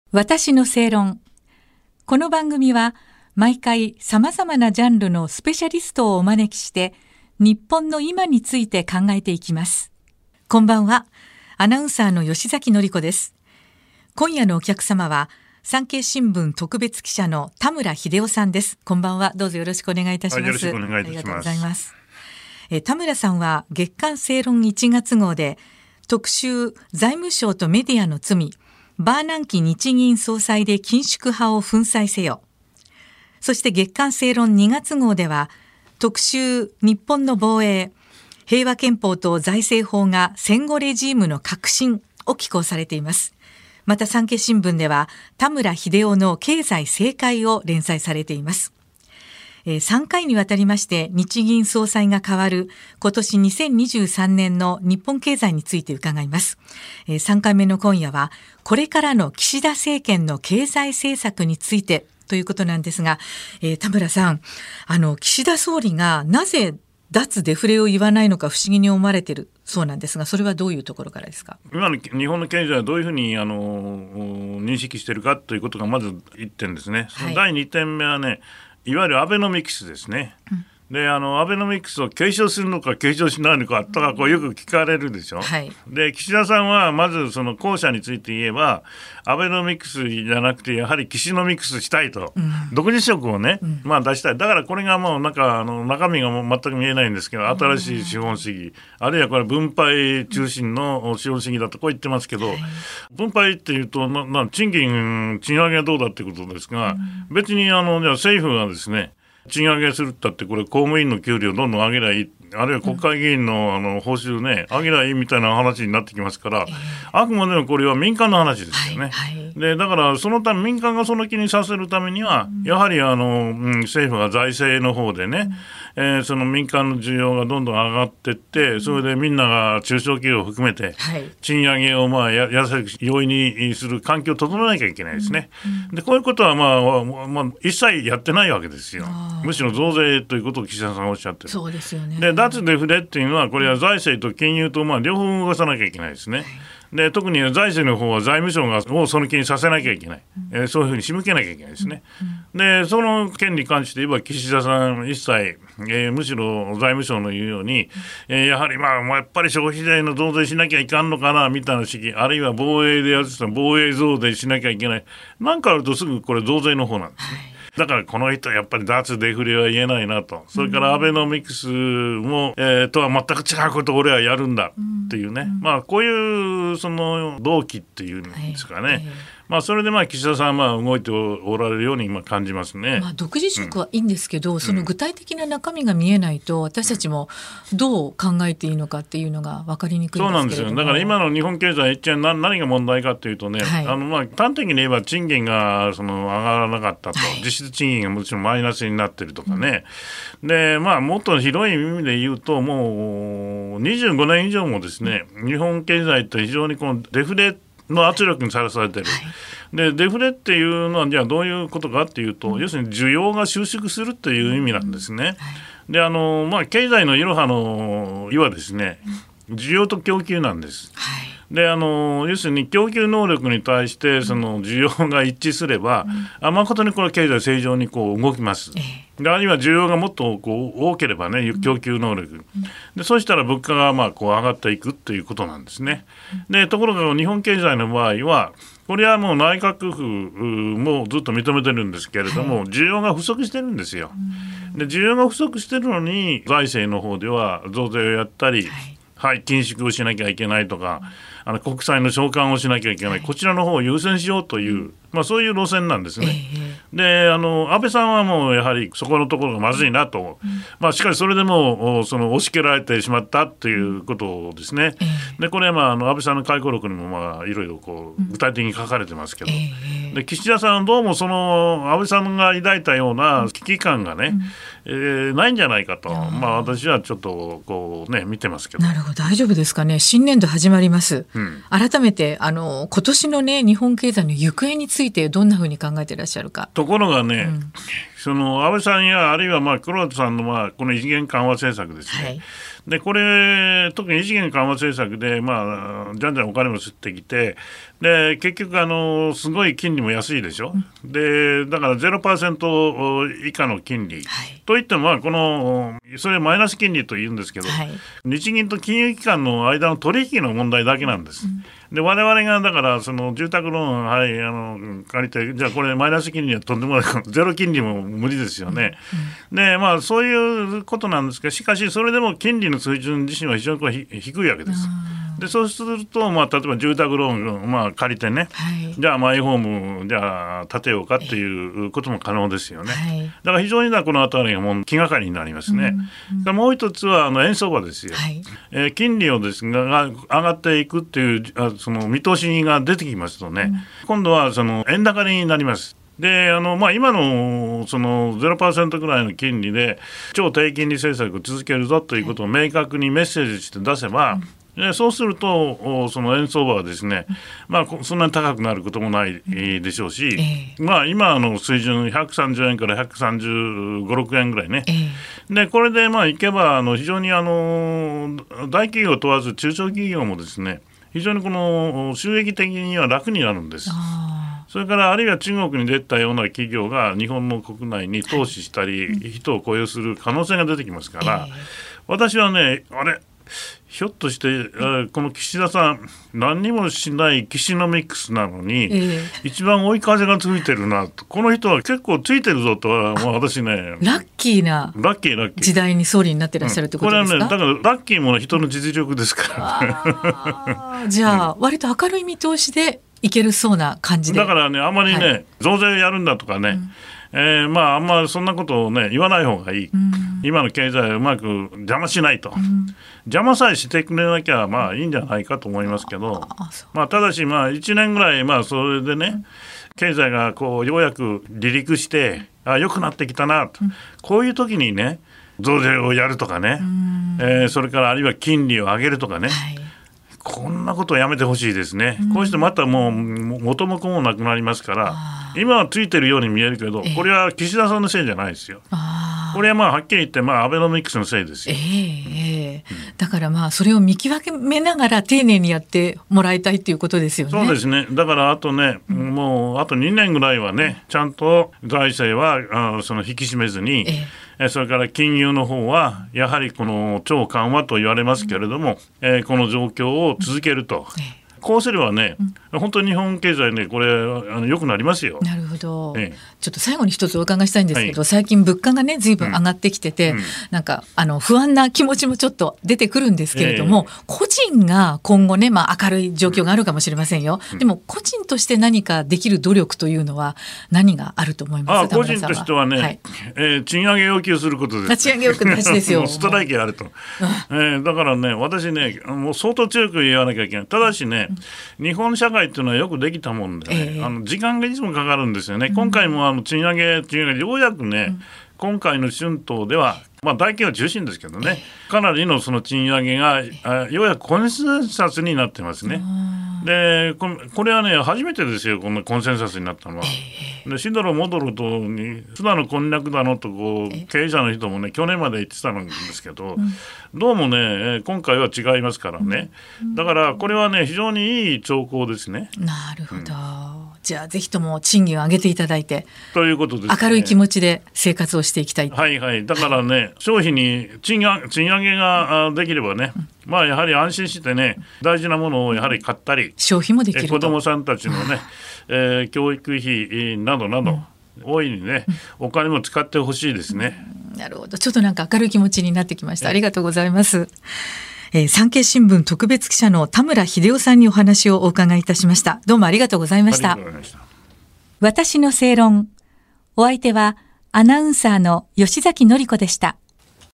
私の正論。この番組は毎回様々なジャンルのスペシャリストをお招きして日本の今について考えていきます。こんばんは。アナウンサーの吉崎のり子です。今夜のお客様は産経新聞特別記者の田村秀夫さんです。こんばんは。どうぞよろしくお願いいたします。 よろしくお願いいたします。 ありがとうございます。田村さんは月刊正論1月号で特集財務省とメディアの罪、バーナンキ日銀総裁で緊縮派を粉砕せよ。そして月刊正論2月号では特集日本の防衛、平和憲法と財政法が戦後レジームの革新を寄稿されています。また産経新聞では田村秀夫の経済正解を連載されています。3回にわたりまして日銀総裁が変わる今年2023年の日本経済について伺います。3回目の今夜はこれからの岸田政権の経済政策についてということなんですが、田村さん、岸田総理がなぜ脱デフレを言わないのか不思議に思われているそうなんですが、それはどういうところからですか？ 今の日本の経済はどういうふうに認識しているかということがまず1点ですね。その第2点目はね、いわゆるアベノミクスですね。でアベノミクスを継承するのか継承しないのかとかこうよく聞かれるでしょ、はい、で岸田さんはまずその後者について言えばアベノミクスじゃなくてやはり岸ノミクスしたいと、独自色をね、出したい。だからこれがもうなんか中身がもう全く見えないんですけど、新しい資本主義、あるいはこれ分配中心の資本主義だとこう言ってますけど、分配っていうと、賃上げはどうだってことですが、別にじゃあ政府がですね賃上げするったってこれ公務員の給料どんどん上げりゃいい、あるいは国会議員の報酬ね上げりゃいいみたいな話になってきますから、あくまでもこれは民間の話ですよね、でだからそのため民間がその気にさせるためにはやはり政府が財政の方でね、その民間の需要がどんどん上がっていって、それでみんなが中小企業を含めて賃上げを安く容易にする環境を整えなきゃいけないですね、でこういうことは一切やってないわけですよ。むしろ増税ということを岸田さんがおっしゃってる。 そうですよね。 で脱デフレっていうのはこれは財政と金融と両方動かさなきゃいけないですね。で特に財政の方は財務省をその気にさせなきゃいけない、そういうふうに仕向けなきゃいけないですね、でその件に関して言えば岸田さん一切、むしろ財務省の言うように、やはりやっぱり消費税の増税しなきゃいかんのかなみたいな指摘、あるいは防衛でやってた防衛増税しなきゃいけない、なんかあるとすぐこれ増税の方なんですね、だからこの人やっぱり脱デフレは言えないなと。それからアベノミクスも、とは全く違うことを俺はやるんだっていうね、こういうその動機っていうんですかね、それで岸田さんは動いておられるように今感じますね。 独自色はいいんですけど、その具体的な中身が見えないと私たちもどう考えていいのかっていうのが分かりにくいんですけれども。 そうなんですよ。だから今の日本経済一見何が問題かというとね、端的に言えば賃金が上がらなかったと、実質賃金がもちろんマイナスになってるとかね、でもっと広い意味で言うともう25年以上もですね、日本経済って非常にこのデフレの圧力にさらされている、でデフレっていうのはじゃあどういうことかっていうと、要するに需要が収縮するという意味なんですね、で経済のいろはの意はですね、需要と供給なんです、で要するに供給能力に対してその需要が一致すれば、誠にこれ経済正常にこう動きます、であるいは需要がもっとこう多ければね、供給能力で、そうしたら物価がこう上がっていくということなんですね。でところが日本経済の場合はこれはもう内閣府もずっと認めてるんですけれども、需要が不足してるんですよ。で需要が不足してるのに財政の方では増税をやったり、緊縮をしなきゃいけないとか、国債の償還をしなきゃいけない、こちらの方を優先しようという、そういう路線なんですね、で安倍さんはもうやはりそこのところがまずいなと、しかしそれでも押し切られてしまったということですね、でこれは安倍さんの回顧録にもいろいろこう具体的に書かれてますけど、で岸田さんはどうもその安倍さんが抱いたような危機感がね、ないんじゃないかと、私はちょっとこうね見てますけど。 なるほど、大丈夫ですかね。新年度始まります、改めて今年のね日本経済の行方についてどんなふうに考えていらっしゃるか。 ところがね、 その安倍さんやあるいは黒田さんのこの異次元緩和政策ですね、はい、でこれ特に異次元緩和政策でじゃんじゃんお金も吸ってきて、で結局すごい金利も安いでしょ、でだから 0% 以下の金利、はい、といってもそれマイナス金利と言うんですけど、はい、日銀と金融機関の間の取引の問題だけなんです、で我々がだからその住宅ローン、はい、借りてじゃあこれマイナス金利はとんでもないゼロ金利も無理ですよね、でそういうことなんですけど、しかしそれでも金利の水準自身は非常に低いわけです。でそうすると、例えば住宅ローン、借りてね、はい、じゃあマイホームじゃあ建てようかっていうことも可能ですよね、はい、だから非常にこのあたりがもう気がかりになりますね、もう一つは円相場ですよ、はい、金利をですが上がっていくっていうその見通しが出てきますとね、今度はその円高になります。で今のその 0% ぐらいの金利で超低金利政策を続けるぞということを明確にメッセージして出せば、そうするとその円相場はですね、そんなに高くなることもないでしょうし、今の水準130円から135、6円ぐらいね、でこれでいけば非常に大企業問わず中小企業もですね、非常にこの収益的には楽になるんです。それからあるいは中国に出たような企業が日本の国内に投資したり、人を雇用する可能性が出てきますから、私はね、ひょっとしてこの岸田さん何にもしない岸ノミックスなのに、一番追い風がついてるなと、この人は結構ついてるぞとは私ね、 ラッキーな時代に総理になってらっしゃるってことですか。 これはね、だからラッキーも人の実力ですからじゃあ割と明るい見通しでいけるそうな感じで、 だからね、あんまりね、はい、増税やるんだとかね、あんまそんなことをね言わない方がいい、今の経済をうまく邪魔しないと、邪魔さえしてくれなきゃいいんじゃないかと思いますけど、ただし1年ぐらいそれでね、経済がようやく離陸して良くなってきたなと、こういう時にね増税をやるとかね、それからあるいは金利を上げるとかね、こんなことをやめてほしいですね、こうしてまたもう元も子もなくなりますから、今はついてるように見えるけど、これは岸田さんのせいじゃないですよ。これははっきり言ってアベノミクスのせいですよ。 だからそれを見極めながら丁寧にやってもらいたいということですよね。 そうですね。だからあとね、もうあと2年ぐらいはね、ちゃんと財政はその引き締めずに、それから金融の方はやはりこの超緩和と言われますけれども、この状況を続けると、こうすればね、本当に日本経済ね、これ良くなりますよ。 なるほど、ちょっと最後に一つお伺いしたいんですけど、最近物価がね随分上がってきてて、なんか不安な気持ちもちょっと出てくるんですけれども、個人が今後ね、明るい状況があるかもしれませんよ、でも個人として何かできる努力というのは何があると思いますか。 個人としてはね、賃上げ要求することです。 賃上げ要求大事ですよストライキやると、だからね、私ね、もう相当強く言わなきゃいけない。ただしね、日本社会っていうのはよくできたもんでね、時間がいつもかかるんですよね。今回も賃上げようやくね、今回の春闘では大企業中心ですけどね、かなりのその賃上げがようやくコンセンサスになってますね。でこれはね初めてですよ、このコンセンサスになったのは。でしどろもどろとに津田のこんにゃくだのと経営者の人もね去年まで言ってたんですけど、どうもね今回は違いますからね、だからこれはね非常にいい兆候ですね。 なるほど、じゃあぜひとも賃金を上げていただいてということですね。 明るい気持ちで生活をしていきたい。 はいはい、だからね、消費に賃上げができればね、やはり安心してね大事なものをやはり買ったり、 消費もできると、 子どもさんたちのね、教育費などなど、大いにねお金も使ってほしいですね。 なるほど、ちょっとなんか明るい気持ちになってきました。ありがとうございます。産経新聞特別記者の田村秀夫さんにお話をお伺いいたしました。どうもありがとうございました。私の正論。お相手はアナウンサーの吉崎紀子でした。